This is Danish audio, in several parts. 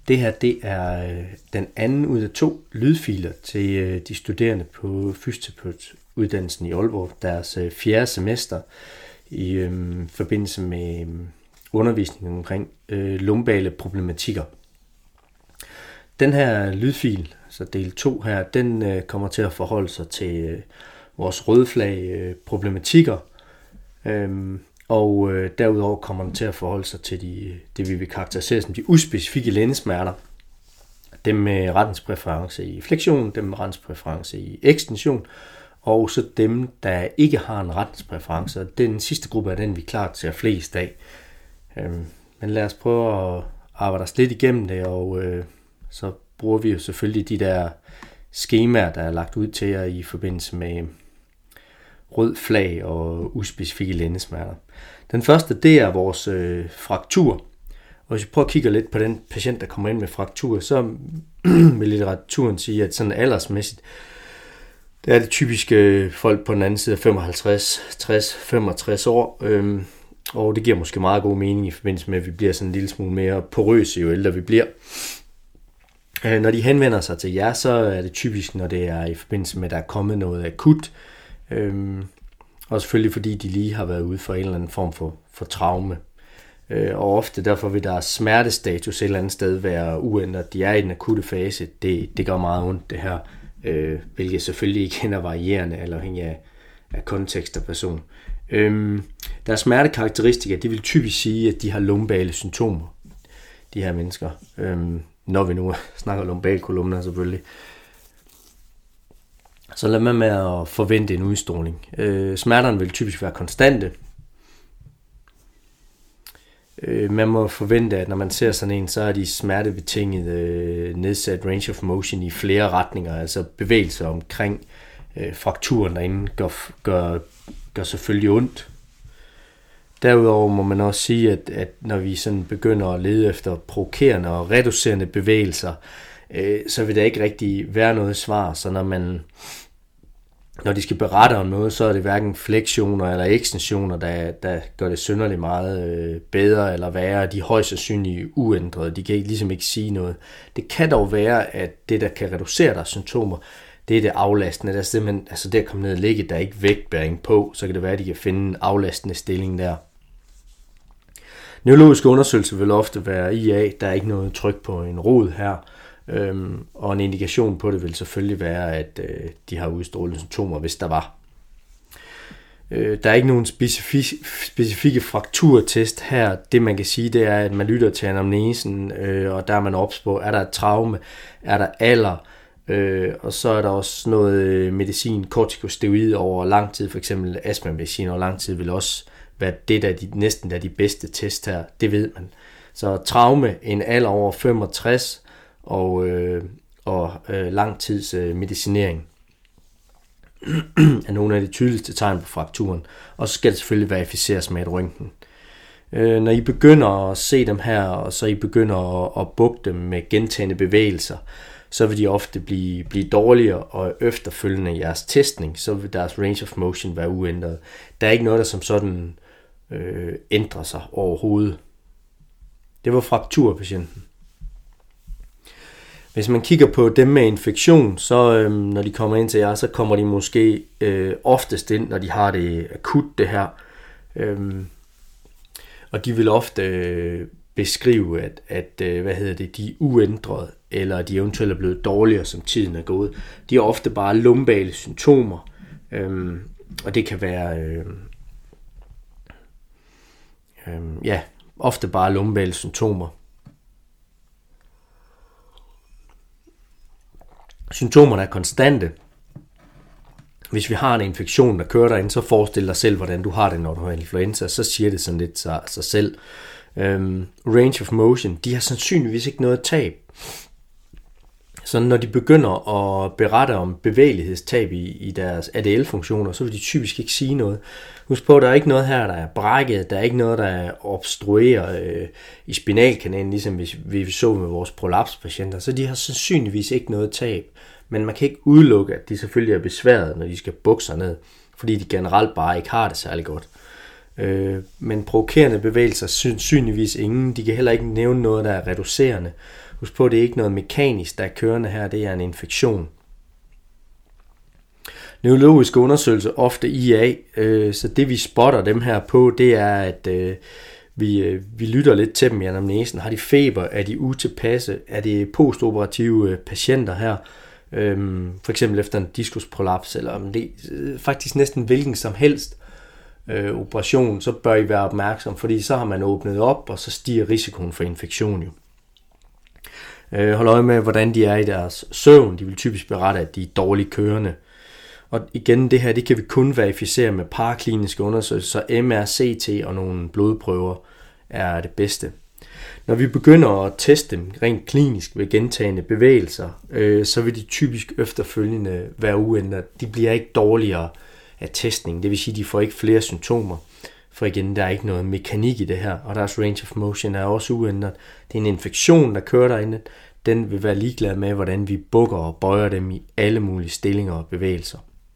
Det her, det er den anden ud af 2 lydfiler til de studerende på fysioterapeutuddannelsen i Aalborg, deres 4. semester i forbindelse med undervisning omkring lumbale problematikker. Den her lydfil, så del 2 her, den kommer til at forholde sig til vores røde flag problematikker, og derudover kommer den til at forholde sig til det, vi vil karakterisere som de uspecifikke lændesmerter. Dem med retningspræference i flexion, dem med retningspræference i ekstension, og så dem, der ikke har en retningspræference. Den sidste gruppe er den, vi klart ser flest af. Men lad os prøve at arbejde os lidt igennem det, og så bruger vi jo selvfølgelig de der skemaer, der er lagt ud til jer i forbindelse med rød flag og uspecifikke lændesmerter. Den første, det er vores fraktur. Og hvis vi prøver at kigge lidt på den patient, der kommer ind med fraktur, så vil litteraturen sige, at sådan aldersmæssigt, der er det typiske folk på den anden side af 55, 60, 65 år. Og det giver måske meget god mening i forbindelse med, at vi bliver sådan en lille smule mere porøse, jo ældre vi bliver. Når de henvender sig til jer, så er det typisk, når det er i forbindelse med, at der er kommet noget akut. Og selvfølgelig fordi de lige har været ude for en eller anden form for traume. Og ofte derfor vil deres smertestatus et eller andet sted være uændret. De er i den akutte fase. Det gør meget ondt det her, hvilket selvfølgelig ikke er varierende eller afhængig af kontekst og person. Deres smertekarakteristika, de vil typisk sige, at de har lumbale symptomer, de her mennesker. Når vi nu snakker lumbalkolumner selvfølgelig. Så lad mig med at forvente en udstråling. Smerterne vil typisk være konstante. Man må forvente, at når man ser sådan en, så er de smertebetinget nedsat range of motion i flere retninger, altså bevægelser omkring frakturen derinde gør selvfølgelig ondt. Derudover må man også sige, at når vi sådan begynder at lede efter provokerende og reducerende bevægelser, så vil der ikke rigtig være noget svar. Så når de skal berette om noget, så er det hverken fleksioner eller ekstensioner, der gør det synderligt meget bedre eller værre. De er højst sandsynligt uændrede. De kan ligesom ikke sige noget. Det kan dog være, at det, der kan reducere deres symptomer, det er det aflastende. Der er simpelthen, altså det at komme ned og ligge, der er ikke vægtbæring på, så kan det være, at de kan finde en aflastende stilling der. Neurologiske undersøgelser vil ofte være IA, der er ikke noget tryk på en rod her, og en indikation på det vil selvfølgelig være, at de har udstrålet symptomer, hvis der var. Der er ikke nogen specifikke frakturtest her. Det man kan sige, det er, at man lytter til anamnesen, og der er man ops på, er der et traume, er der alder, og så er der også noget medicin, kortikosteroid over lang tid, for eksempel astmamedicin over lang tid vil også være det, der næsten er de bedste test her, det ved man. Så traume, en alder over 65 og lang tids medicinering er nogle af de tydeligste tegn på frakturen, og så skal det selvfølgelig verificeres med et røntgen. Når I begynder at se dem her, og så I begynder at bukke dem med gentagne bevægelser, så vil de ofte blive dårligere, og efterfølgende jeres testning, så vil deres range of motion være uændret. Der er ikke noget, der som sådan ændrer sig overhovedet. Det var frakturpatienten. Hvis man kigger på dem med infektion, så når de kommer ind til jer, så kommer de måske oftest ind, når de har det akut det her. Og de vil ofte beskrive, at de er uændrede, eller de eventuelt er blevet dårligere, som tiden er gået. De har ofte bare lumbale symptomer, og det kan være ofte bare lumbale symptomer. Symptomerne er konstante. Hvis vi har en infektion, der kører derinde, så forestil dig selv, hvordan du har det, når du har influenza. Så siger det sådan lidt sig selv. Range of motion, de har sandsynligvis ikke noget tab. Så når de begynder at berette om bevægelighedstab i deres ADL-funktioner, så vil de typisk ikke sige noget. Husk på, der er ikke noget her, der er brækket, der er ikke noget, der obstruerer i spinalkanalen, ligesom vi så med vores prolapspatienter, så de har sandsynligvis ikke noget tab. Men man kan ikke udelukke, at de selvfølgelig er besværet, når de skal bukke sig ned, fordi de generelt bare ikke har det særlig godt. Men provokerende bevægelser sandsynligvis ingen. De kan heller ikke nævne noget, der er reducerende. Husk på, det er ikke noget mekanisk, der er kørende her, det er en infektion. Neurologiske undersøgelser, ofte IA, så det vi spotter dem her på, det er, at vi lytter lidt til dem i anamnesen. Har de feber? Er de utilpasse? Er det postoperative patienter her? For eksempel efter en diskusprolaps, eller om det faktisk næsten hvilken som helst operation, så bør I være opmærksom, fordi så har man åbnet op, og så stiger risikoen for infektion jo. Hold øje med, hvordan de er i deres søvn. De vil typisk berette, at de er dårligt kørende. Og igen, det her, det kan vi kun verificere med parakliniske undersøgelser. MR, CT og nogle blodprøver er det bedste. Når vi begynder at teste dem rent klinisk ved gentagne bevægelser, så vil de typisk efterfølgende være uændret. De bliver ikke dårligere af testning, det vil sige, at de får ikke flere symptomer. For igen, der er ikke noget mekanik i det her, og deres range of motion er også uændret. Det er en infektion, der kører derinde. Den vil være ligeglad med, hvordan vi bukker og bøjer dem i alle mulige stillinger og bevægelser.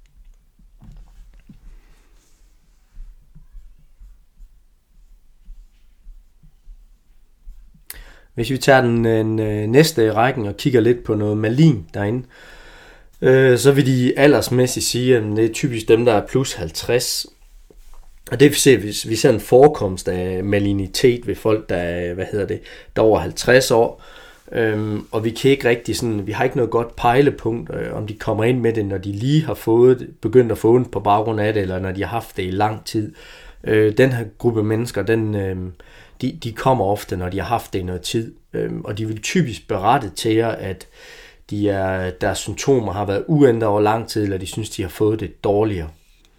Hvis vi tager den næste i rækken og kigger lidt på noget malin derinde, så vil de aldersmæssigt sige, at det er typisk dem, der er plus 50. Og det vil se, hvis vi ser en forekomst af malinitet ved folk, der er, der er over 50 år, og vi kan ikke rigtig sådan, vi har ikke noget godt pejlepunkt, om de kommer ind med det, når de lige har begyndt at få det på baggrund af det, eller når de har haft det i lang tid. Den her gruppe mennesker, de kommer ofte, når de har haft det i noget tid, og de vil typisk berette til jer, at deres symptomer har været uændret over lang tid, eller de synes, de har fået det dårligere.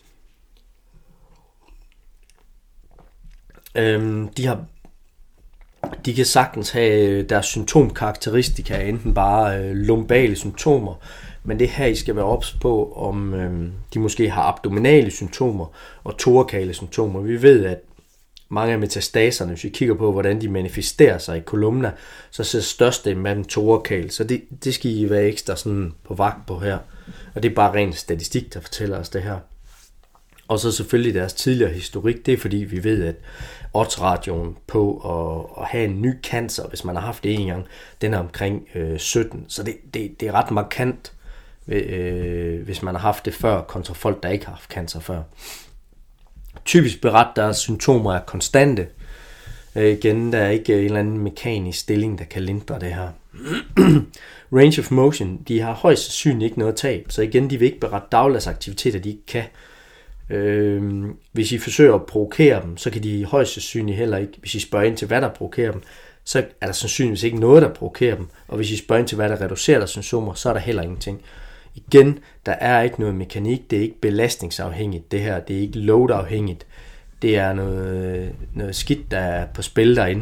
De kan sagtens have deres symptomkarakteristika, enten bare lumbale symptomer, men det her, I skal være ops på, om de måske har abdominale symptomer og thorakale symptomer. Vi ved, at mange af metastaserne, hvis vi kigger på, hvordan de manifesterer sig i kolumner, så ser størstedelen af dem thorakale. Så det skal I være ekstra sådan på vagt på her. Og det er bare ren statistik, der fortæller os det her. Og så selvfølgelig deres tidligere historik. Det er fordi, vi ved, at oddsratioen på at have en ny cancer, hvis man har haft det en gang, den er omkring 17. Så det er ret markant, hvis man har haft det før, kontra folk, der ikke har haft cancer før. Typisk beret, deres symptomer er konstante. Igen, der er ikke en eller anden mekanisk stilling, der kan lindre det her. Range of motion, de har højst sandsynligt ikke noget tab, så igen, de vil ikke berette dagligdags aktiviteter, de ikke kan. Hvis I forsøger at provokere dem, så kan de højst sandsynligt heller ikke. Hvis I spørger ind til, hvad der provokerer dem, så er der sandsynligvis ikke noget, der provokerer dem. Og hvis I spørger ind til, hvad der reducerer deres symptomer, så er der heller ingenting. Igen, der er ikke noget mekanik, det er ikke belastningsafhængigt det her, det er ikke load-afhængigt. Det er noget skidt, der er på spil derinde.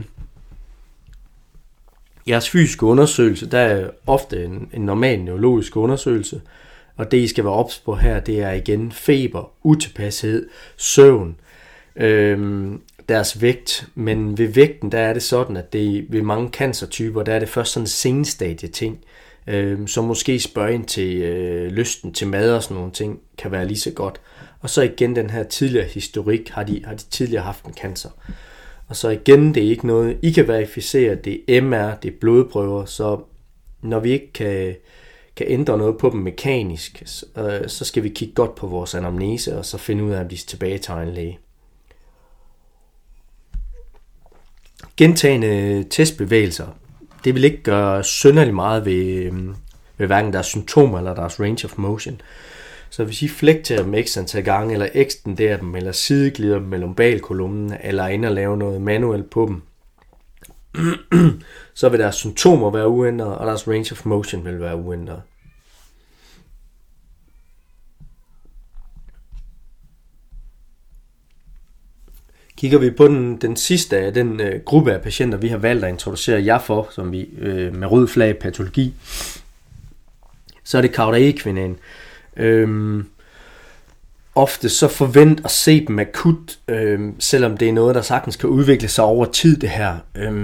Jeres fysiske undersøgelse, der er ofte en normal neurologisk undersøgelse, og det I skal være ops på her, det er igen feber, utilpashed, søvn, deres vægt. Men ved vægten, der er det sådan, at det ved mange cancertyper, der er det først sådan en senstadie ting. Så måske spørge ind til lysten til mad og sådan nogle ting, kan være lige så godt. Og så igen den her tidligere historik, har de tidligere haft en cancer. Og så igen, det er ikke noget, I kan verificere, det er MR, det er blodprøver, så når vi ikke kan ændre noget på dem mekanisk, så skal vi kigge godt på vores anamnese, og så finde ud af, om de skal tilbage til egen læge. Gentagende testbevægelser, det vil ikke gøre synderligt meget ved hverken deres symptomer eller deres range of motion. Så hvis I flekterer dem x antal gange, eller ekstenderer dem, eller sideglider dem med lumbalkolumnen, eller ind og lave noget manuelt på dem, så vil deres symptomer være uændret, og deres range of motion vil være uændret. Kigger vi på den sidste af den gruppe af patienter, vi har valgt at introducere jer for, som vi med rød flag patologi, så er det cauda equinae. Ofte så forvent at se dem akut, selvom det er noget, der sagtens kan udvikle sig over tid, det her.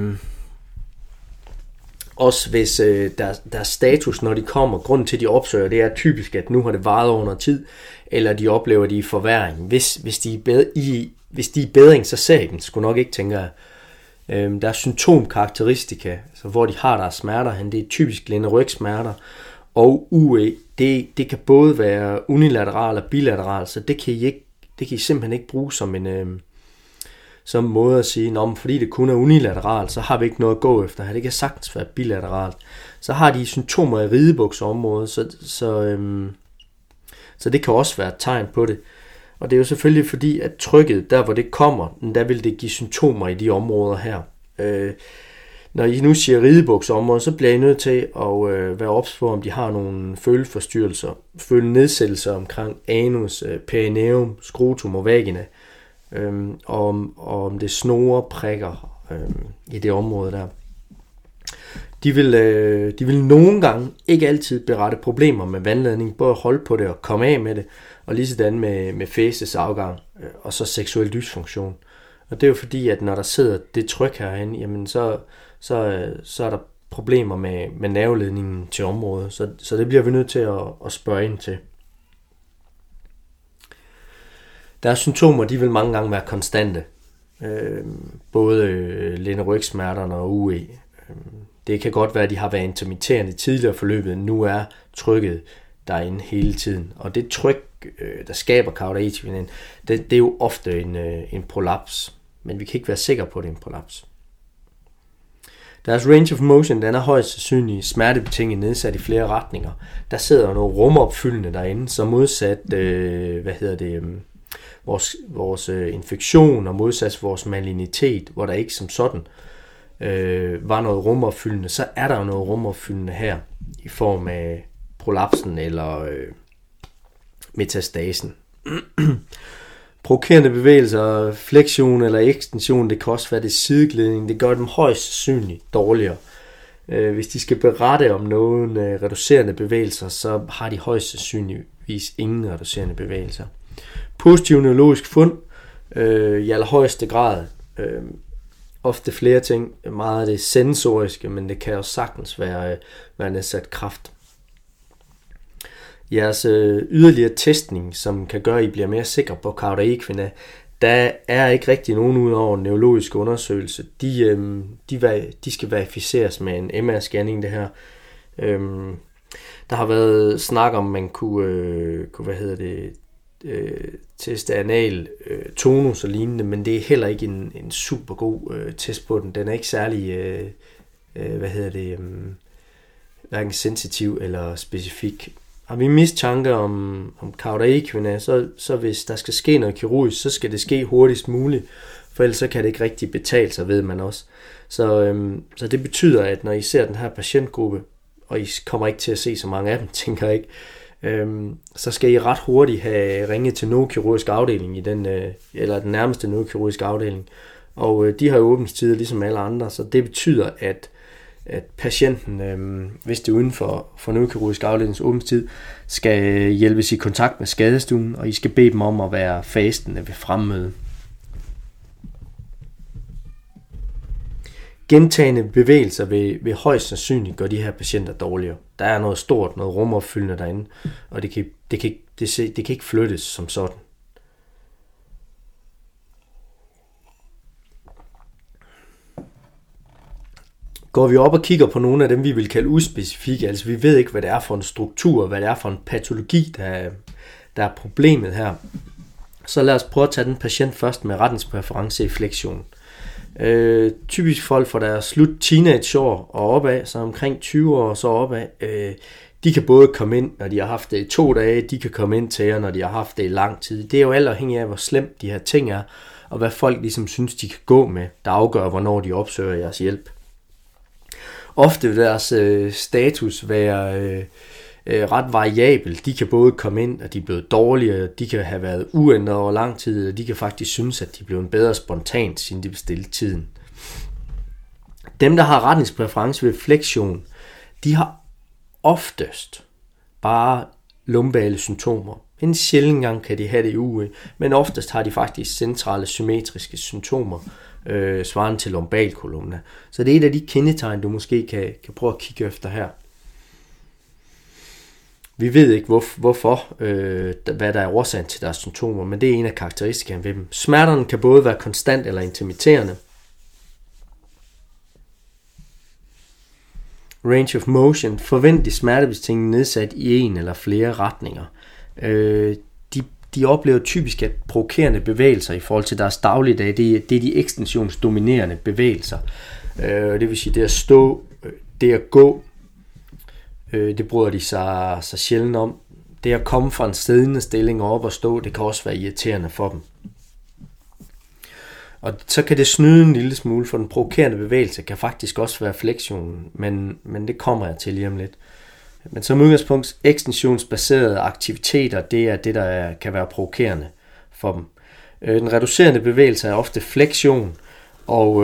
Også hvis deres status, når de kommer, grunden til, at de opsøger, det er typisk, at nu har det varet over noget tid, eller de oplever, at de er i forværing. Hvis de er hvis de er i bedring, så ser I dem sgu nok ikke, tænker jeg. Der er symptomkarakteristika, så hvor de har deres smerter hen, det er typisk lænd-rygsmerter, og UE, det kan både være unilateral og bilateral, så det kan I simpelthen ikke bruge som en måde at sige, fordi det kun er unilateral, så har vi ikke noget at gå efter her. Det kan sagtens være bilateralt. Så har de symptomer i ridebuksområdet, så det kan også være et tegn på det. Og det er jo selvfølgelig fordi, at trykket, der hvor det kommer, der vil det give symptomer i de områder her. Når I nu siger ridebuksområdet, så bliver I nødt til at være ops på, om de har nogle føleforstyrrelser, følenedsættelser omkring anus, perineum, skrotum og vagina, og om det snore prikker i det område der. De vil nogle gange, ikke altid, berette problemer med vandladning, både at holde på det og komme af med det, og lige sådan med fæsesafgang og så seksuel dysfunktion. Og det er jo fordi, at når der sidder det tryk herhen, jamen så er der problemer med nerveledningen til området. Så det bliver vi nødt til at spørge ind til. Deres symptomer, de vil mange gange være konstante. Både lænd-rygsmerterne og UE. Det kan godt være, at de har været intermitterende tidligere forløbet, nu er trykket derinde hele tiden. Og det tryk, der skaber cauda-ethi-veneen, det er jo ofte en prolaps. Men vi kan ikke være sikre på, at det er en prolaps. Deres range of motion, den er højst sandsynligt smertebetinget nedsat i flere retninger. Der sidder noget rumopfyldende derinde, så modsat vores infektion og modsat vores malignitet, hvor der ikke som sådan var noget rumopfyldende, så er der jo noget rumopfyldende her i form af prolapsen eller metastasen. Provokerende bevægelser, flexion eller ekstension, det kan også være det sideglidning, det gør dem højst sandsynligt dårligere. Hvis de skal berette om nogle reducerende bevægelser, så har de højst sandsynligvis ingen reducerende bevægelser. Positiv neurologisk fund, i allerhøjeste grad, ofte flere ting, meget af det sensoriske, men det kan også sagtens være nedsat kræft. Jeres yderligere testning, som kan gøre, at I bliver mere sikre på cauda-equina, der er ikke rigtig nogen ud over en neurologisk undersøgelse. De skal verificeres med en MR-scanning, det her. Der har været snak om, man kunne teste anal tonus og lignende, men det er heller ikke en super god test på den. Den er ikke særlig, hverken sensitiv eller specifik. Har vi mistanke om cauda-equina, så hvis der skal ske noget kirurgisk, så skal det ske hurtigst muligt, for ellers så kan det ikke rigtig betale sig, ved man også. Så det betyder, at når I ser den her patientgruppe, og I kommer ikke til at se så mange af dem, tænker jeg ikke, så skal I ret hurtigt have ringet til neurokirurgisk afdeling eller den nærmeste neurokirurgisk afdeling. Og de har jo åbningstider ligesom alle andre, så det betyder, at patienten, hvis det er uden for neurokirurgisk afdelings åbningstid, skal hjælpes i kontakt med skadestuen, og I skal bede dem om at være fastende ved fremmøde. Gentagende bevægelser vil højst sandsynligt gøre de her patienter dårligere. Der er noget stort, noget rumopfyldende derinde, og det kan ikke flyttes som sådan. Går vi op og kigger på nogle af dem, vi vil kalde uspecifikke, altså vi ved ikke, hvad det er for en struktur, hvad det er for en patologi, der er problemet her. Så lad os prøve at tage den patient først med retningspræference i flexion. Typisk folk fra deres slut teenageår og opad, så omkring 20 år så opad, de kan både komme ind, når de har haft det i 2 dage, de kan komme ind til jer, når de har haft det i lang tid. Det er jo alt afhængigt af, hvor slemt de her ting er, og hvad folk ligesom synes, de kan gå med, der afgør, hvornår de opsøger jeres hjælp. Ofte vil deres status være ret variabel. De kan både komme ind, og de er blevet dårligere, de kan have været uændret over lang tid, og de kan faktisk synes, at de er blevet bedre spontant, siden de bestilte tiden. Dem, der har retningspræference ved flexion, de har oftest bare lumbale symptomer. En sjælden gang kan de have det i UE, men oftest har de faktisk centrale symmetriske symptomer, svarende til lumbalkolumna. Så det er et af de kendetegn, du måske kan prøve at kigge efter her. Vi ved ikke hvorfor, hvad der er årsagen til deres symptomer, men det er en af karakteristikerne ved dem. Smerterne kan både være konstant eller intermitterende. Range of motion, forventelig smertebetingning nedsat i en eller flere retninger. De oplever typisk at provokerende bevægelser i forhold til deres dagligdag. Det er de ekstensionsdominerende bevægelser. Det vil sige, det at stå, det at gå, det bryder de sig sjældent om. Det at komme fra en siddende stilling og op og stå, det kan også være irriterende for dem. Og så kan det snyde en lille smule, for den provokerende bevægelse kan faktisk også være fleksionen, men det kommer jeg til lige om lidt. Men som udgangspunkt, ekstensionsbaserede aktiviteter, det er det, der kan være provokerende for dem. Den reducerende bevægelse er ofte fleksion, og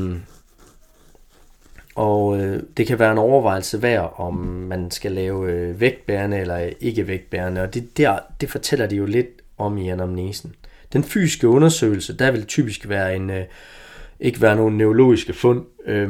det kan være en overvejelse værd, om man skal lave vægtbærende eller ikke vægtbærende, og det fortæller de jo lidt om i anamnesen. Den fysiske undersøgelse, der vil typisk være ikke være nogen neurologiske fund,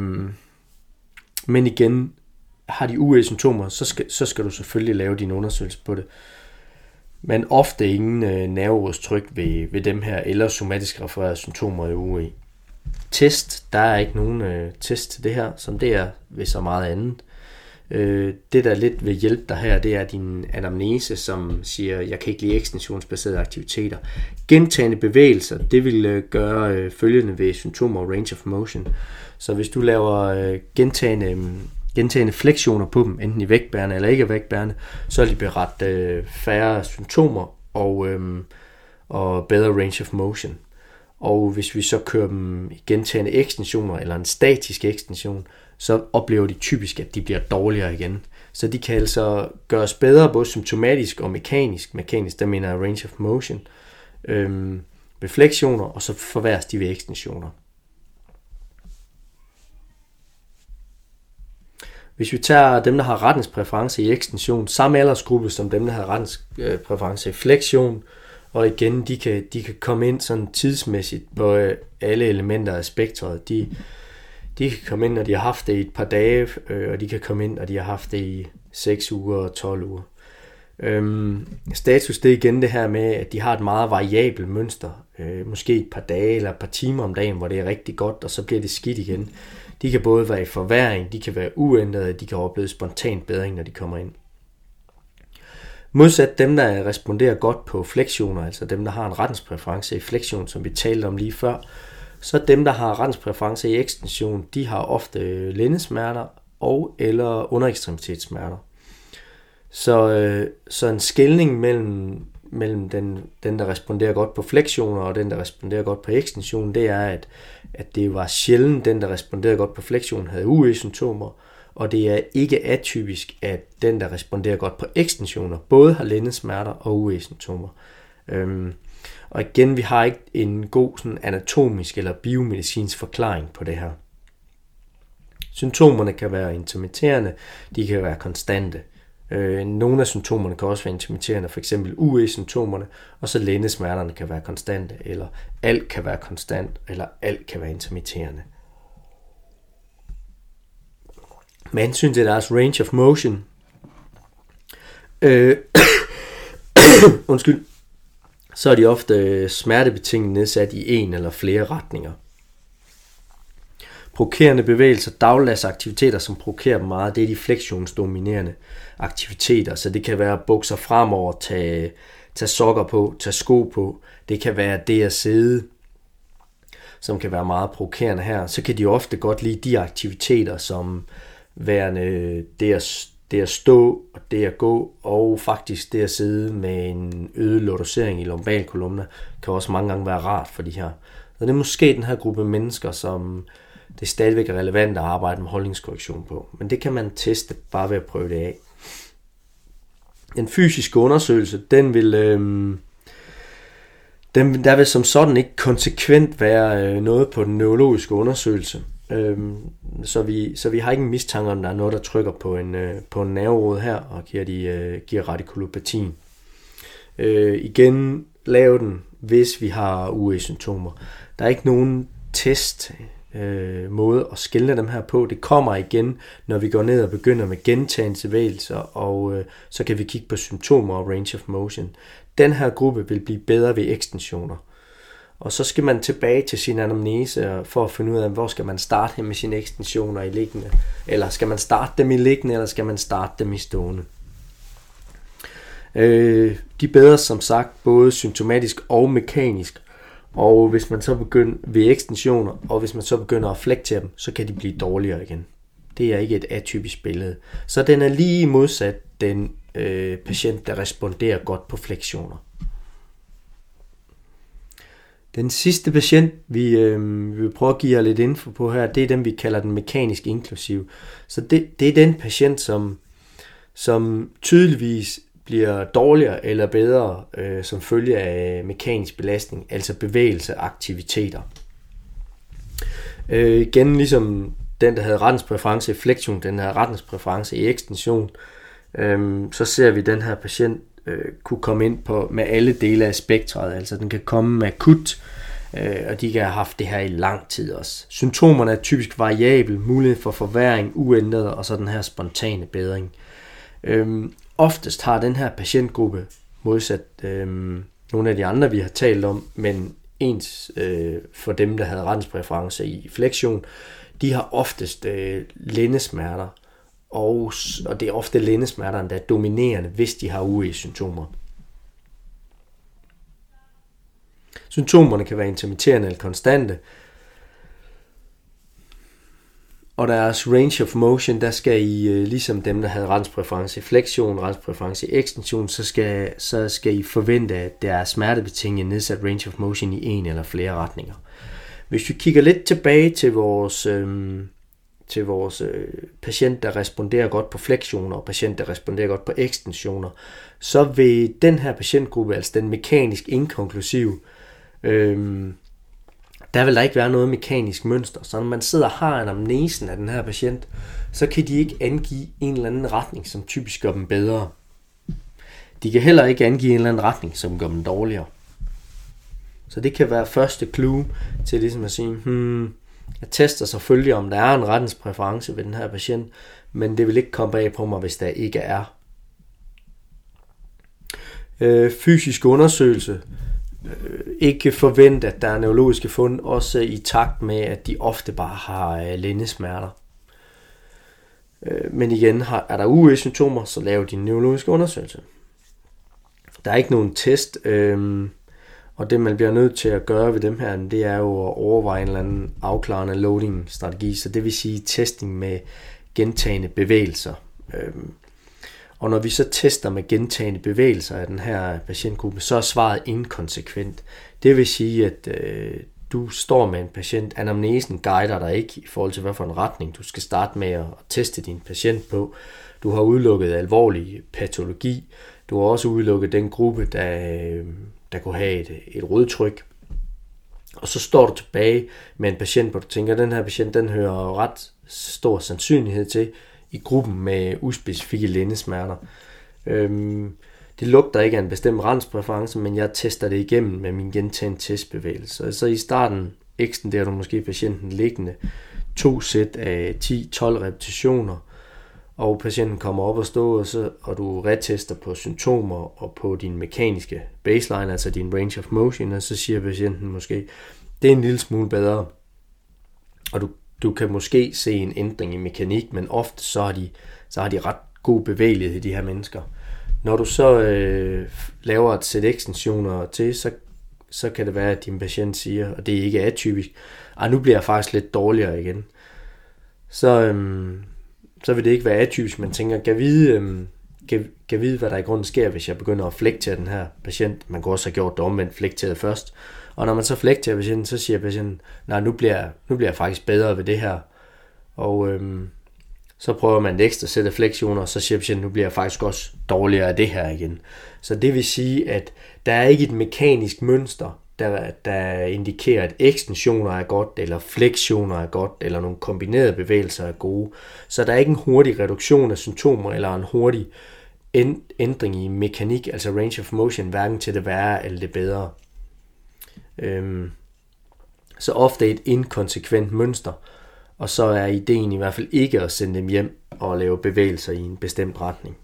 men igen, har de UE-symptomer, så skal du selvfølgelig lave din undersøgelse på det. Men ofte ingen nerverådstryk ved dem her, eller somatisk refererede symptomer i UE. Test, der er ikke nogen test til det her, som det er ved så meget andet. Det der lidt vil hjælpe dig her, det er din anamnese, som siger, jeg kan ikke lide ekstensionsbaserede aktiviteter. Gentagende bevægelser, det vil gøre følgende ved symptomer og range of motion. Så hvis du laver gentagende fleksioner på dem, enten i vægtbærende eller ikke vægtbærende, så vil de berette færre symptomer og bedre range of motion. Og hvis vi så kører dem i gentagende ekstensioner eller en statisk ekstension, så oplever de typisk, at de bliver dårligere igen. Så de kan altså gøres bedre, både symptomatisk og mekanisk. Mekanisk, der mener jeg range of motion, ved fleksioner, og så forværres de ved ekstensioner. Hvis vi tager dem, der har retningspræference i ekstension, samme aldersgruppe som dem, der har retningspræference i fleksion, og igen, de kan komme ind sådan tidsmæssigt på alle elementer af spektret. De kan komme ind, når de har haft det i et par dage, og de kan komme ind, når de har haft det i 6 uger og 12 uger. Status, det er igen det her med, at de har et meget variabelt mønster. Måske et par dage eller et par timer om dagen, hvor det er rigtig godt, og så bliver det skidt igen. De kan både være i forværing, de kan være uændrede, de kan opleve spontan bedring, når de kommer ind. Modsat dem, der responderer godt på fleksioner, altså dem, der har en retningspræference i fleksion, som vi talte om lige før, så dem, der har retningspræference i ekstension, de har ofte lændesmerter og eller underekstremitetssmerter. Så en skelning mellem den, der responderer godt på fleksioner, og den, der responderer godt på ekstension, det er, at det var sjældent, den, der responderede godt på fleksion, havde UE-symptomer, og det er ikke atypisk, at den, der responderer godt på ekstensioner, både har lændesmerter og UE-symptomer. Og igen, vi har ikke en god sådan anatomisk eller biomedicinsk forklaring på det her. Symptomerne kan være intermitterende, de kan være konstante. Nogle af symptomerne kan også være intermitterende, f.eks. UE-symptomerne, og så lændesmerterne kan være konstante, eller alt kan være konstant, eller alt kan være intermitterende. Med hensyn til deres range of motion, så er de ofte smertebetinget nedsat i en eller flere retninger. Provokerende bevægelser, dagligdags aktiviteter, som provokerer dem meget, det er de fleksionsdominerende aktiviteter. Så det kan være at bukke sig fremover, tage sokker på, tage sko på. Det kan være det at sidde, som kan være meget provokerende her. Så kan de ofte godt lide de aktiviteter, som værende det at stå, og det at gå, og faktisk det at sidde med en øget lordosering i lumbalkolumner, kan også mange gange være rart for de her. Så det er måske den her gruppe mennesker, som det stadigvæk er relevant at arbejde med holdningskorrektion på. Men det kan man teste bare ved at prøve det af. En fysisk undersøgelse, der vil som sådan ikke konsekvent være noget på den neurologiske undersøgelse. Så vi har ikke en mistanke om, der er noget, der trykker på en nerverod her og giver radikulopatien. Igen, lav den, hvis vi har UE-symptomer. Der er ikke nogen test måde at skelne dem her på. Det kommer igen, når vi går ned og begynder med gentagende bevægelser, og så kan vi kigge på symptomer og range of motion. Den her gruppe vil blive bedre ved ekstensioner. Og så skal man tilbage til sin anamnese for at finde ud af, hvor skal man starte med sine ekstensioner i liggende. Eller skal man starte dem i liggende, eller skal man starte dem i stående. De bedre som sagt både symptomatisk og mekanisk. Og hvis man så begynder ved ekstensioner, og hvis man så begynder at flektere dem, så kan de blive dårligere igen. Det er ikke et atypisk billede. Så den er lige modsat den patient, der responderer godt på fleksioner. Den sidste patient, vi vil prøve at give jer lidt info på her, det er den, vi kalder den mekanisk inklusiv. Så det er den patient, som tydeligvis bliver dårligere eller bedre som følge af mekanisk belastning, altså bevægelse og aktiviteter. Igen ligesom den, der havde retningspræference i flexion, den havde retningspræference i ekstension, så ser vi den her patient kunne komme ind på med alle dele af spektret, altså den kan komme med akut, og de kan have haft det her i lang tid også. Symptomerne er typisk variabel, mulighed for forværring, uændret, og så den her spontane bedring. Oftest har den her patientgruppe, modsat nogle af de andre, vi har talt om, men ens for dem, der havde retningspræference i flexion, de har oftest lændesmerter, og det er ofte lændesmerterne, der er dominerende, hvis de har UE-symptomer. Symptomerne kan være intermitterende eller konstante, og deres range of motion, der skal I, ligesom dem, der havde retningspræference i flexion, retningspræference i ekstension, så skal I forvente, at der er smertebetinget nedsat range of motion i en eller flere retninger. Hvis vi kigger lidt tilbage til vores patient, der responderer godt på fleksioner, og patient, der responderer godt på ekstensioner, så vil den her patientgruppe, altså den mekanisk inkonklusiv, der vil der ikke være noget mekanisk mønster. Så når man sidder og har anamnesen af den her patient, så kan de ikke angive en eller anden retning, som typisk gør dem bedre. De kan heller ikke angive en eller anden retning, som gør dem dårligere. Så det kan være første clue til ligesom at sige, jeg tester selvfølgelig, om der er en retningspræference ved den her patient, men det vil ikke komme bag på mig, hvis der ikke er. Fysisk undersøgelse. Ikke forvente, at der er neurologiske fund, også i takt med, at de ofte bare har lændesmerter. Men igen, er der UE-symptomer, så laver de en neurologisk undersøgelse. Der er ikke nogen test, og det man bliver nødt til at gøre ved dem her, det er jo at overveje en eller anden afklarende loading-strategi, så det vil sige testing med gentagende bevægelser. Og når vi så tester med gentagende bevægelser af den her patientgruppe, så er svaret inkonsekvent. Det vil sige, at du står med en patient, anamnesen guider dig ikke i forhold til, hvad for en retning du skal starte med at teste din patient på. Du har udelukket alvorlig patologi. Du har også udelukket den gruppe, der kunne have et rodtryk. Og så står du tilbage med en patient, hvor du tænker, at den her patient, den hører ret stor sandsynlighed til i gruppen med uspecifikke lændesmerter. Det lugter ikke af en bestemt retningspræference, men jeg tester det igennem med min gentagende testbevægelse. Så i starten ekstenderer du måske patienten liggende 2 sæt af 10-12 repetitioner, og patienten kommer op og stå, og du retester på symptomer og på din mekaniske baseline, altså din range of motion, og så siger patienten måske, det er en lille smule bedre, og du kan måske se en ændring i mekanik, men ofte så har de ret god bevægelighed, de her mennesker. Når du så laver et sæt ekstensioner til, så kan det være, at din patient siger, og det ikke er atypisk, nu bliver jeg faktisk lidt dårligere igen. Så vil det ikke være atypisk, man tænker, kan vide, hvad der i grunden sker, hvis jeg begynder at flektere den her patient. Man kunne også have gjort det omvendt, flekteret først. Og når man så flekterer patienten, så siger patienten, nej, nu bliver jeg faktisk bedre ved det her. Og så prøver man et ekstra sæt af fleksioner, og så siger patienten, nu bliver jeg faktisk også dårligere af det her igen. Så det vil sige, at der er ikke et mekanisk mønster, der indikerer, at ekstensioner er godt, eller fleksioner er godt, eller nogle kombinerede bevægelser er gode. Så der er ikke en hurtig reduktion af symptomer, eller en hurtig ændring i mekanik, altså range of motion, hverken til det værre eller det bedre. så ofte et inkonsekvent mønster, og så er ideen i hvert fald ikke at sende dem hjem og lave bevægelser i en bestemt retning.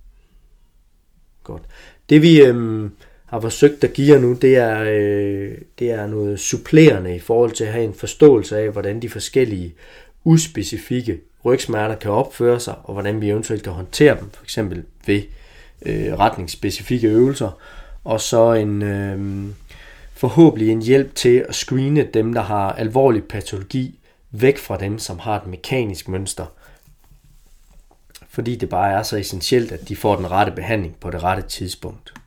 Godt. Det vi har forsøgt at give jer nu, det er noget supplerende i forhold til at have en forståelse af, hvordan de forskellige uspecifikke rygsmerter kan opføre sig, og hvordan vi eventuelt kan håndtere dem, f.eks. ved retningsspecifikke øvelser, og så forhåbentlig en hjælp til at screene dem, der har alvorlig patologi, væk fra dem, som har et mekanisk mønster, fordi det bare er så essentielt, at de får den rette behandling på det rette tidspunkt.